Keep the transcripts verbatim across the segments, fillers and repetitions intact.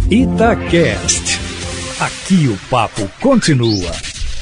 Itacast. Aqui o papo continua.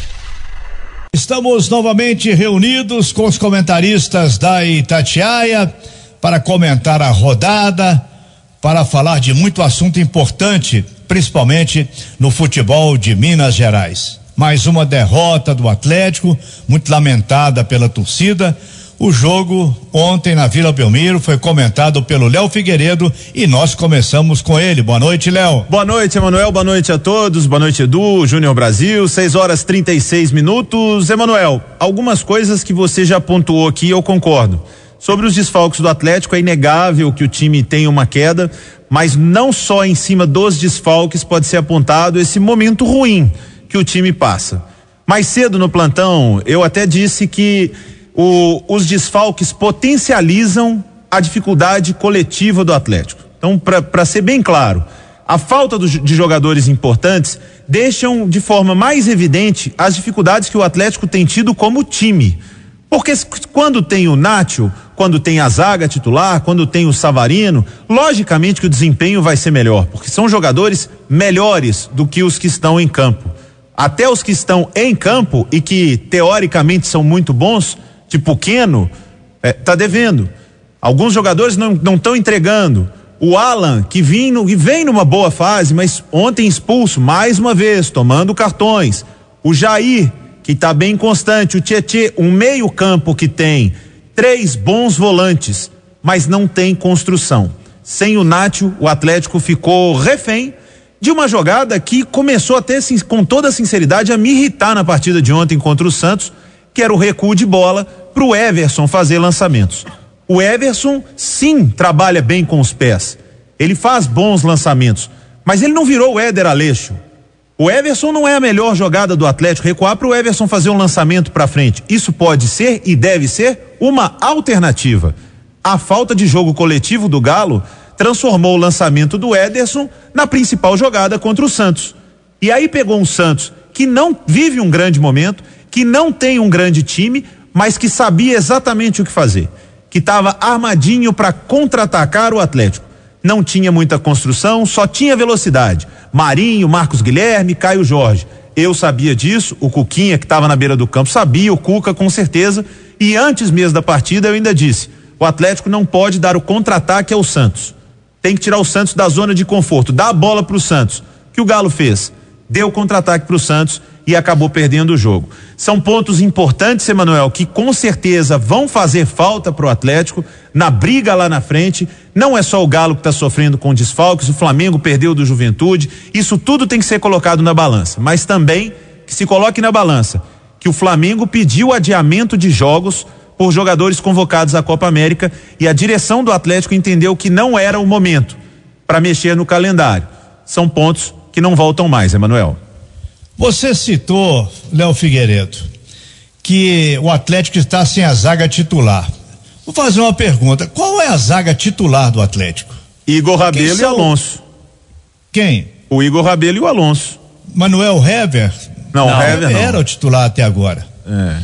Estamos novamente reunidos com os comentaristas da Itatiaia para comentar a rodada, para falar de muito assunto importante, principalmente no futebol de Minas Gerais. Mais uma derrota do Atlético, muito lamentada pela torcida. O jogo ontem na Vila Belmiro foi comentado pelo Léo Figueiredo e nós começamos com ele. Boa noite, Léo. Boa noite, Emanuel. Boa noite a todos. Boa noite, Edu, Júnior Brasil. seis horas trinta e seis minutos. Emanuel, algumas coisas que você já pontuou aqui, eu concordo. Sobre os desfalques do Atlético, é inegável que o time tem uma queda, mas não só em cima dos desfalques pode ser apontado esse momento ruim que o time passa. Mais cedo no plantão, eu até disse que O, os desfalques potencializam a dificuldade coletiva do Atlético. Então, para ser bem claro, a falta do, de jogadores importantes deixam de forma mais evidente as dificuldades que o Atlético tem tido como time. Porque quando tem o Nacho, quando tem a zaga titular, quando tem o Savarino, logicamente que o desempenho vai ser melhor, porque são jogadores melhores do que os que estão em campo. Até os que estão em campo e que teoricamente são muito bons, tipo Keno, é, tá devendo. Alguns jogadores não não estão entregando. O Alan, que vem, no, que vem numa boa fase, mas ontem expulso mais uma vez, tomando cartões. O Jair, que tá bem constante. O Tietê, um meio campo que tem três bons volantes, mas não tem construção. Sem o Nacho, o Atlético ficou refém de uma jogada que começou até, com toda sinceridade, a me irritar na partida de ontem contra o Santos, que era o recuo de bola para o Everson fazer lançamentos. O Everson, sim, trabalha bem com os pés. Ele faz bons lançamentos, mas ele não virou o Éder Aleixo. O Everson não é a melhor jogada do Atlético, recuar para o Everson fazer um lançamento para frente. Isso pode ser e deve ser uma alternativa. A falta de jogo coletivo do Galo transformou o lançamento do Ederson na principal jogada contra o Santos. E aí pegou um Santos que não vive um grande momento, que não tem um grande time, mas que sabia exatamente o que fazer, que estava armadinho para contra-atacar o Atlético. Não tinha muita construção, só tinha velocidade. Marinho, Marcos Guilherme, Caio Jorge. Eu sabia disso, o Cuquinha, que estava na beira do campo, sabia, o Cuca com certeza, e antes mesmo da partida eu ainda disse, o Atlético não pode dar o contra-ataque ao Santos. Tem que tirar o Santos da zona de conforto, dá a bola para o Santos. O que o Galo fez? Deu contra-ataque para o Santos e acabou perdendo o jogo. São pontos importantes, Emanuel, que com certeza vão fazer falta pro Atlético na briga lá na frente. Não é só o Galo que está sofrendo com desfalques, o Flamengo perdeu do Juventude, isso tudo tem que ser colocado na balança, mas também que se coloque na balança que o Flamengo pediu adiamento de jogos por jogadores convocados à Copa América e a direção do Atlético entendeu que não era o momento para mexer no calendário. São pontos que não voltam mais, Emanuel. Você citou, Léo Figueiredo, que o Atlético está sem a zaga titular. Vou fazer uma pergunta, qual é a zaga titular do Atlético? Igor Rabelo e Alonso. Quem? O Igor Rabelo e o Alonso. Manuel Hever? Não, não Hever não. Era o titular até agora. É.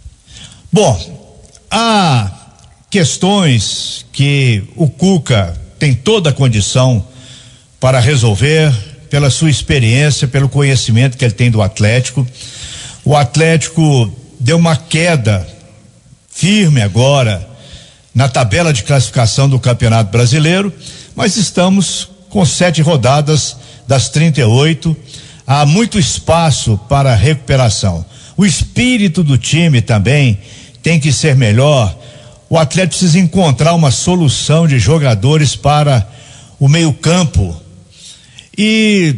Bom, há questões que o Cuca tem toda a condição para resolver, pela sua experiência, pelo conhecimento que ele tem do Atlético. O Atlético deu uma queda firme agora na tabela de classificação do Campeonato Brasileiro, mas estamos com sete rodadas das trinta e oito, há muito espaço para recuperação. O espírito do time também tem que ser melhor. O Atlético precisa encontrar uma solução de jogadores para o meio-campo e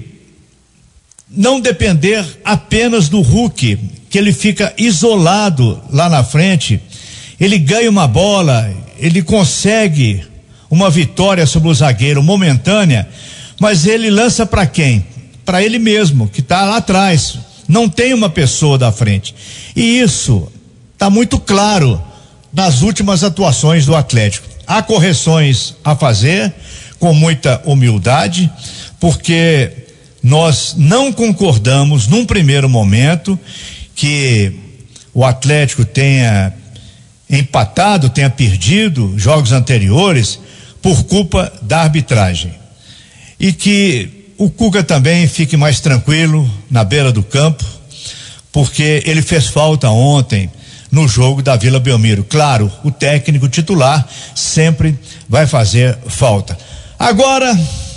não depender apenas do Hulk, que ele fica isolado lá na frente. Ele ganha uma bola, ele consegue uma vitória sobre o zagueiro momentânea, mas ele lança para quem? Para ele mesmo, que está lá atrás. Não tem uma pessoa da frente. E isso está muito claro nas últimas atuações do Atlético. Há correções a fazer com muita humildade, porque nós não concordamos num primeiro momento que o Atlético tenha empatado, tenha perdido jogos anteriores por culpa da arbitragem. E que o Cuca também fique mais tranquilo na beira do campo, porque ele fez falta ontem no jogo da Vila Belmiro. Claro, o técnico titular sempre vai fazer falta. Agora,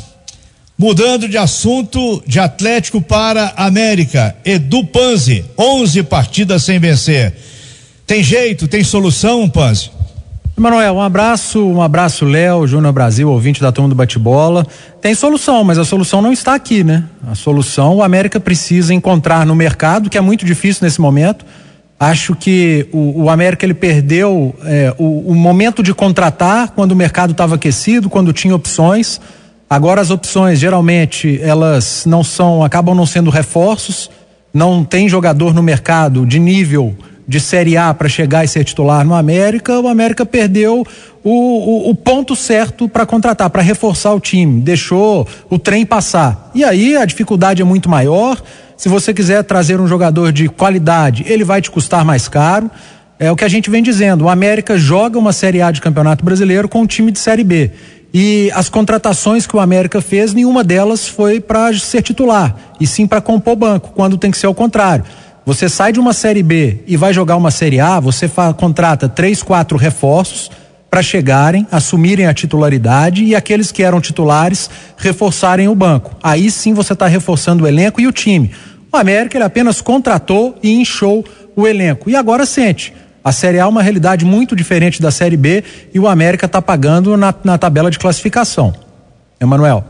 mudando de assunto, de Atlético para América, Edu Panzi, onze partidas sem vencer. Tem jeito, tem solução, Panzi? Emanuel, um abraço, um abraço, Léo, Júnior Brasil, ouvinte da turma do bate-bola. Tem solução, mas a solução não está aqui, né? A solução o América precisa encontrar no mercado, que é muito difícil nesse momento. Acho que o, o América ele perdeu é, o, o momento de contratar quando o mercado estava aquecido, quando tinha opções. Agora as opções geralmente elas não são, acabam não sendo reforços. Não tem jogador no mercado de nível de Série A para chegar e ser titular no América. O América perdeu o, o, o ponto certo para contratar, para reforçar o time, deixou o trem passar, e aí a dificuldade é muito maior. Se você quiser trazer um jogador de qualidade, ele vai te custar mais caro. É o que a gente vem dizendo, o América joga uma Série A de Campeonato Brasileiro com um time de Série B, e as contratações que o América fez, nenhuma delas foi para ser titular, e sim para compor banco, quando tem que ser o contrário. Você sai de uma Série B e vai jogar uma Série A, você fa- contrata três, quatro reforços para chegarem, assumirem a titularidade, e aqueles que eram titulares reforçarem o banco. Aí sim você está reforçando o elenco e o time. O América ele apenas contratou e inchou o elenco. E agora sente. A Série A é uma realidade muito diferente da Série B e o América está pagando na, na tabela de classificação. Emanuel.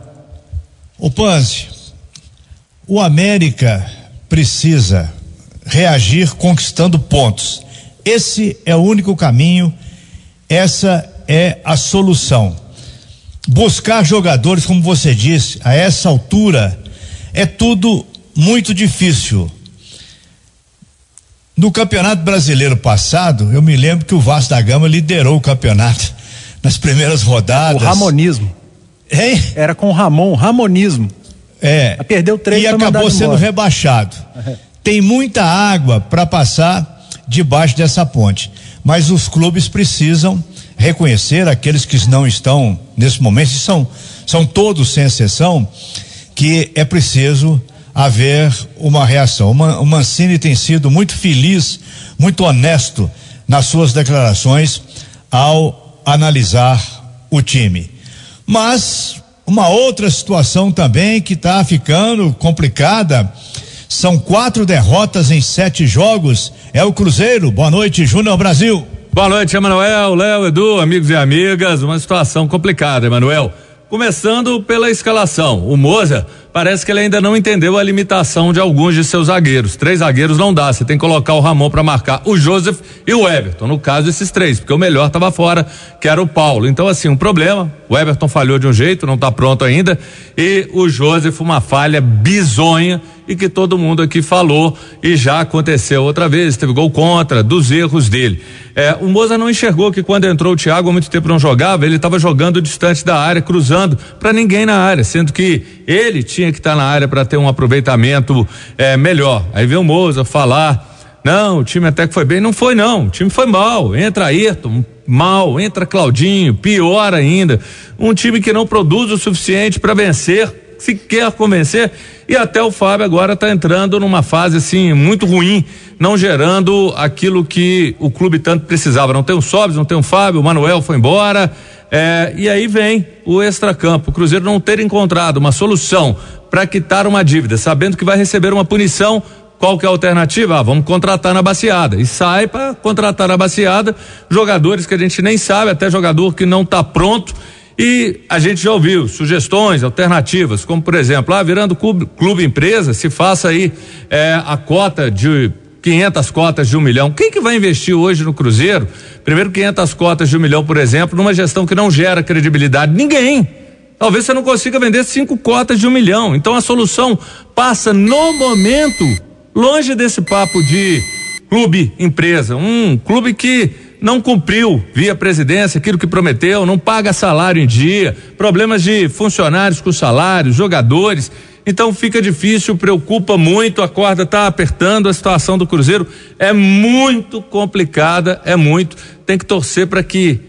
Ô Panzi, o América precisa reagir conquistando pontos. Esse é o único caminho, essa é a solução. Buscar jogadores, como você disse, a essa altura é tudo muito difícil. No Campeonato Brasileiro passado, eu me lembro que o Vasco da Gama liderou o campeonato nas primeiras rodadas. O ramonismo. Hein? Era com o Ramon, ramonismo. É. Perdeu três e acabou sendo rebaixado. Tem muita água para passar debaixo dessa ponte, mas os clubes precisam reconhecer, aqueles que não estão nesse momento, e são, são todos sem exceção, que é preciso haver uma reação. O Mancini tem sido muito feliz, muito honesto nas suas declarações ao analisar o time. Mas uma outra situação também que está ficando complicada, são quatro derrotas em sete jogos, é o Cruzeiro. Boa noite, Júnior Brasil. Boa noite, Emanuel, Léo, Edu, amigos e amigas. Uma situação complicada, Emanuel. Começando pela escalação, o Moza parece que ele ainda não entendeu a limitação de alguns de seus zagueiros. Três zagueiros não dá, você tem que colocar o Ramon para marcar o Joseph e o Everton, no caso desses três, porque o melhor estava fora, que era o Paulo. Então assim, um problema, o Everton falhou de um jeito, não está pronto ainda, e o Joseph uma falha bizonha, e que todo mundo aqui falou, e já aconteceu outra vez, teve gol contra, dos erros dele. É, o Moza não enxergou que quando entrou o Thiago, há muito tempo não jogava, ele estava jogando distante da área, cruzando para ninguém na área, sendo que ele tinha que estar tá na área para ter um aproveitamento é, melhor. Aí veio o Moza falar, não, o time até que foi bem, não foi não, o time foi mal, entra Ayrton, mal, entra Claudinho, pior ainda, um time que não produz o suficiente para vencer, se quer convencer, e até o Fábio agora está entrando numa fase assim muito ruim, não gerando aquilo que o clube tanto precisava. Não tem o Sobis, não tem o Fábio, o Manuel foi embora, é, e aí vem o extracampo. O Cruzeiro não ter encontrado uma solução para quitar uma dívida, sabendo que vai receber uma punição. Qual que é a alternativa? Ah, vamos contratar na baciada, e sai para contratar na baciada jogadores que a gente nem sabe, até jogador que não está pronto. E a gente já ouviu sugestões, alternativas, como por exemplo, ah, virando clube, clube empresa, se faça aí é, a cota de quinhentas cotas de um milhão. Quem que vai investir hoje no Cruzeiro? Primeiro quinhentas cotas de um milhão, por exemplo, numa gestão que não gera credibilidade. Ninguém. Talvez você não consiga vender cinco cotas de um milhão. Então a solução passa no momento longe desse papo de clube empresa, um clube que não cumpriu via presidência aquilo que prometeu, não paga salário em dia, problemas de funcionários com salários, jogadores, então fica difícil, preocupa muito, a corda está apertando, a situação do Cruzeiro é muito complicada, é muito, tem que torcer para que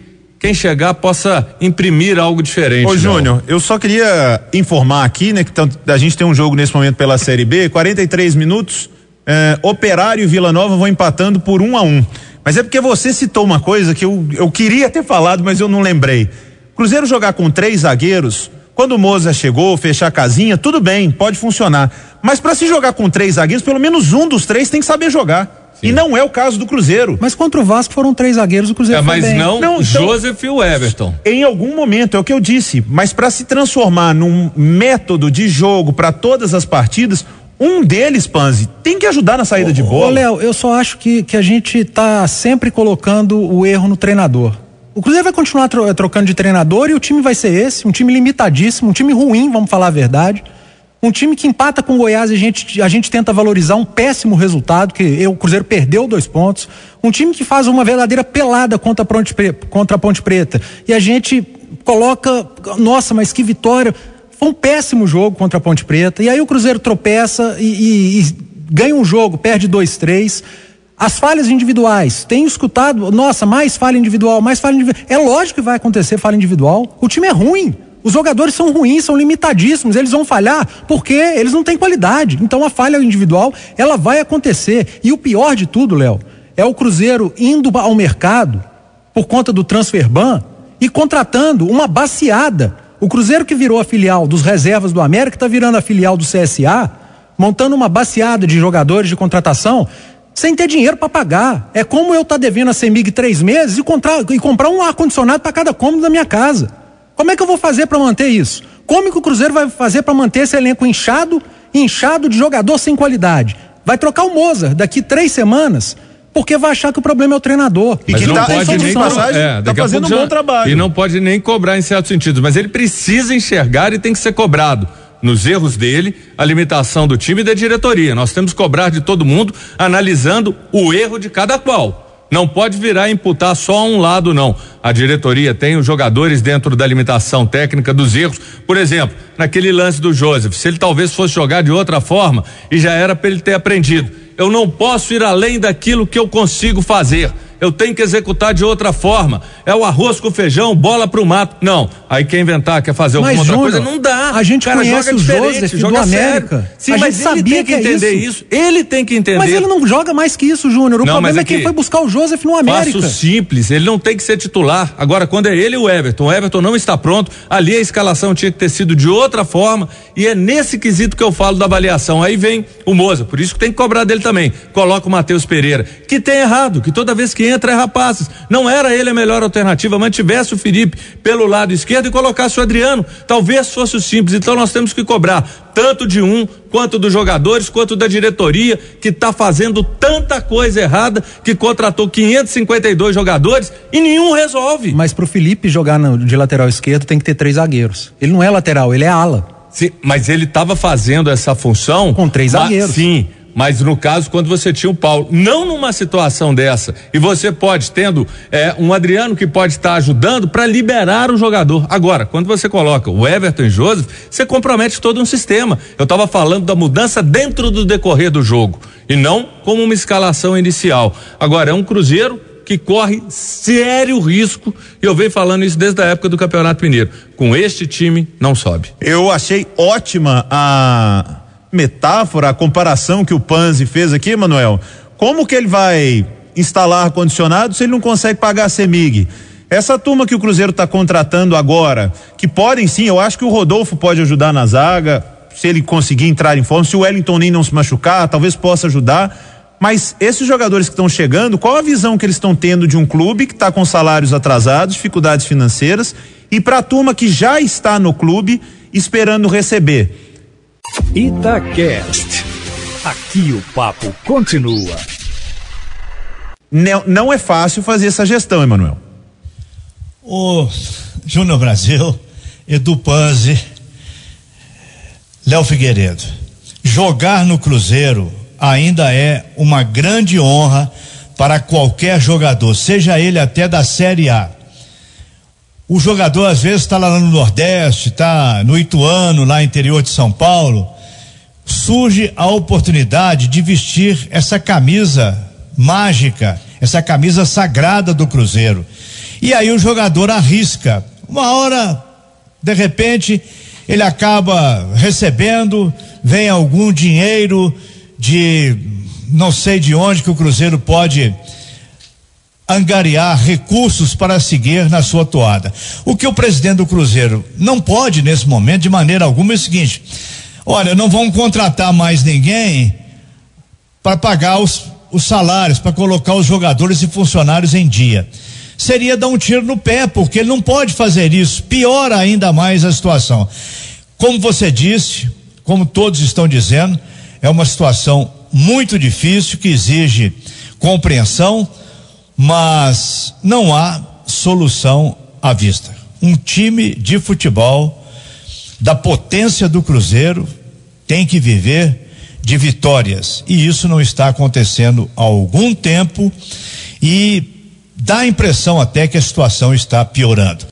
quem chegar possa imprimir algo diferente. Ô Júnior, eu só queria informar aqui, né, que tanto, a gente tem um jogo nesse momento pela Série B, quarenta e três minutos, eh, Operário e Vila Nova vão empatando por um a um. Mas é porque você citou uma coisa que eu, eu queria ter falado, mas eu não lembrei. Cruzeiro jogar com três zagueiros, quando o Moza chegou, fechar a casinha, tudo bem, pode funcionar. Mas para se jogar com três zagueiros, pelo menos um dos três tem que saber jogar. Sim. E não é o caso do Cruzeiro. Mas contra o Vasco foram três zagueiros, o Cruzeiro é, foi mas bem. não, não então, Joseph e o Everton. Em algum momento, é o que eu disse, mas para se transformar num método de jogo para todas as partidas, um deles, Panzi, tem que ajudar na saída ô, de bola. Ô, Léo, eu só acho que, que a gente tá sempre colocando o erro no treinador. O Cruzeiro vai continuar tro- trocando de treinador e o time vai ser esse, um time limitadíssimo, um time ruim, vamos falar a verdade. Um time que empata com o Goiás e a gente, a gente tenta valorizar um péssimo resultado, que eu, o Cruzeiro perdeu dois pontos. Um time que faz uma verdadeira pelada contra a Ponte, contra a Ponte Preta. E a gente coloca, nossa, mas que vitória. Foi um péssimo jogo contra a Ponte Preta. E aí o Cruzeiro tropeça e, e, e ganha um jogo, perde dois, três. As falhas individuais, tenho escutado, nossa, mais falha individual, mais falha individual. É lógico que vai acontecer falha individual. O time é ruim. Os jogadores são ruins, são limitadíssimos, eles vão falhar porque eles não têm qualidade. Então a falha individual, ela vai acontecer. E o pior de tudo, Léo, é o Cruzeiro indo ao mercado por conta do Transferban e contratando uma baciada. O Cruzeiro que virou a filial dos reservas do América está virando a filial do C S A, montando uma baciada de jogadores de contratação sem ter dinheiro para pagar. É como eu estar tá devendo a CEMIG três meses e, contra, e comprar um ar-condicionado para cada cômodo da minha casa. Como é que eu vou fazer para manter isso? Como que o Cruzeiro vai fazer para manter esse elenco inchado, inchado de jogador sem qualidade? Vai trocar o Mozart daqui três semanas, porque vai achar que o problema é o treinador. E que tá, pode nem passagem, é, tá fazendo um bom trabalho. E não pode nem cobrar em certos sentidos, mas ele precisa enxergar e tem que ser cobrado nos erros dele, a limitação do time e da diretoria. Nós temos que cobrar de todo mundo, analisando o erro de cada qual. Não pode virar e imputar só a um lado, não. A diretoria tem os jogadores dentro da limitação técnica dos erros. Por exemplo, naquele lance do Joseph, se ele talvez fosse jogar de outra forma e já era para ele ter aprendido. Eu não posso ir além daquilo que eu consigo fazer. Eu tenho que executar de outra forma. É o arroz com feijão, bola pro mato. Não. Aí quer inventar, quer fazer alguma mas, outra Júnior, coisa, não dá. A gente cara conhece joga o Joseph joga do América. Sim, a mas gente ele sabia tem que, que entender é isso. isso. Ele tem que entender. Mas ele não joga mais que isso, Júnior. O não, problema é que ele foi buscar o Joseph no América. Faço simples, ele não tem que ser titular. Agora, quando é ele e o Everton, o Everton não está pronto, ali a escalação tinha que ter sido de outra forma, e é nesse quesito que eu falo da avaliação. Aí vem o Moza, por isso que tem que cobrar dele também. Coloca o Matheus Pereira, que tem errado, que toda vez que entra é rapazes. Não era ele a melhor alternativa, mantivesse o Felipe pelo lado esquerdo e colocasse o Adriano, talvez fosse o simples. Então nós temos que cobrar tanto de um, quanto dos jogadores, quanto da diretoria, que está fazendo tanta coisa errada, que contratou quinhentos e cinquenta e dois jogadores e nenhum resolve. Mas pro Felipe jogar no, de lateral esquerdo tem que ter três zagueiros. Ele não é lateral, ele é ala. Sim, mas ele estava fazendo essa função com três zagueiros. Sim. Mas no caso, quando você tinha o Paulo, não numa situação dessa, e você pode, tendo é, um Adriano que pode estar ajudando para liberar o jogador. Agora, quando você coloca o Everton e Joseph, você compromete todo um sistema. Eu estava falando da mudança dentro do decorrer do jogo, e não como uma escalação inicial. Agora, é um Cruzeiro que corre sério risco, e eu venho falando isso desde a época do Campeonato Mineiro. Com este time, não sobe. Eu achei ótima a metáfora, a comparação que o Panzi fez aqui, Manuel. Como que ele vai instalar ar-condicionado se ele não consegue pagar a CEMIG? Essa turma que o Cruzeiro está contratando agora, que podem sim, eu acho que o Rodolfo pode ajudar na zaga, se ele conseguir entrar em forma, se o Wellington nem não se machucar, talvez possa ajudar. Mas esses jogadores que estão chegando, qual a visão que eles estão tendo de um clube que está com salários atrasados, dificuldades financeiras, e para a turma que já está no clube esperando receber? Itacast. Aqui o papo continua. Não, não é fácil fazer essa gestão, Emanuel. O Júnior Brasil, Edu Panzi, Léo Figueiredo, jogar no Cruzeiro ainda é uma grande honra para qualquer jogador, seja ele até da Série A. O jogador às vezes está lá no Nordeste, está no Ituano, lá no interior de São Paulo, surge a oportunidade de vestir essa camisa mágica, essa camisa sagrada do Cruzeiro. E aí o jogador arrisca. Uma hora, de repente, ele acaba recebendo, vem algum dinheiro de não sei de onde que o Cruzeiro pode angariar recursos para seguir na sua toada. O que o presidente do Cruzeiro não pode nesse momento de maneira alguma é o seguinte: olha, não vão contratar mais ninguém para pagar os, os salários, para colocar os jogadores e funcionários em dia. Seria dar um tiro no pé, porque ele não pode fazer isso, piora ainda mais a situação. Como você disse, como todos estão dizendo, é uma situação muito difícil que exige compreensão, mas não há solução à vista. Um time de futebol da potência do Cruzeiro tem que viver de vitórias, e isso não está acontecendo há algum tempo, e dá a impressão até que a situação está piorando.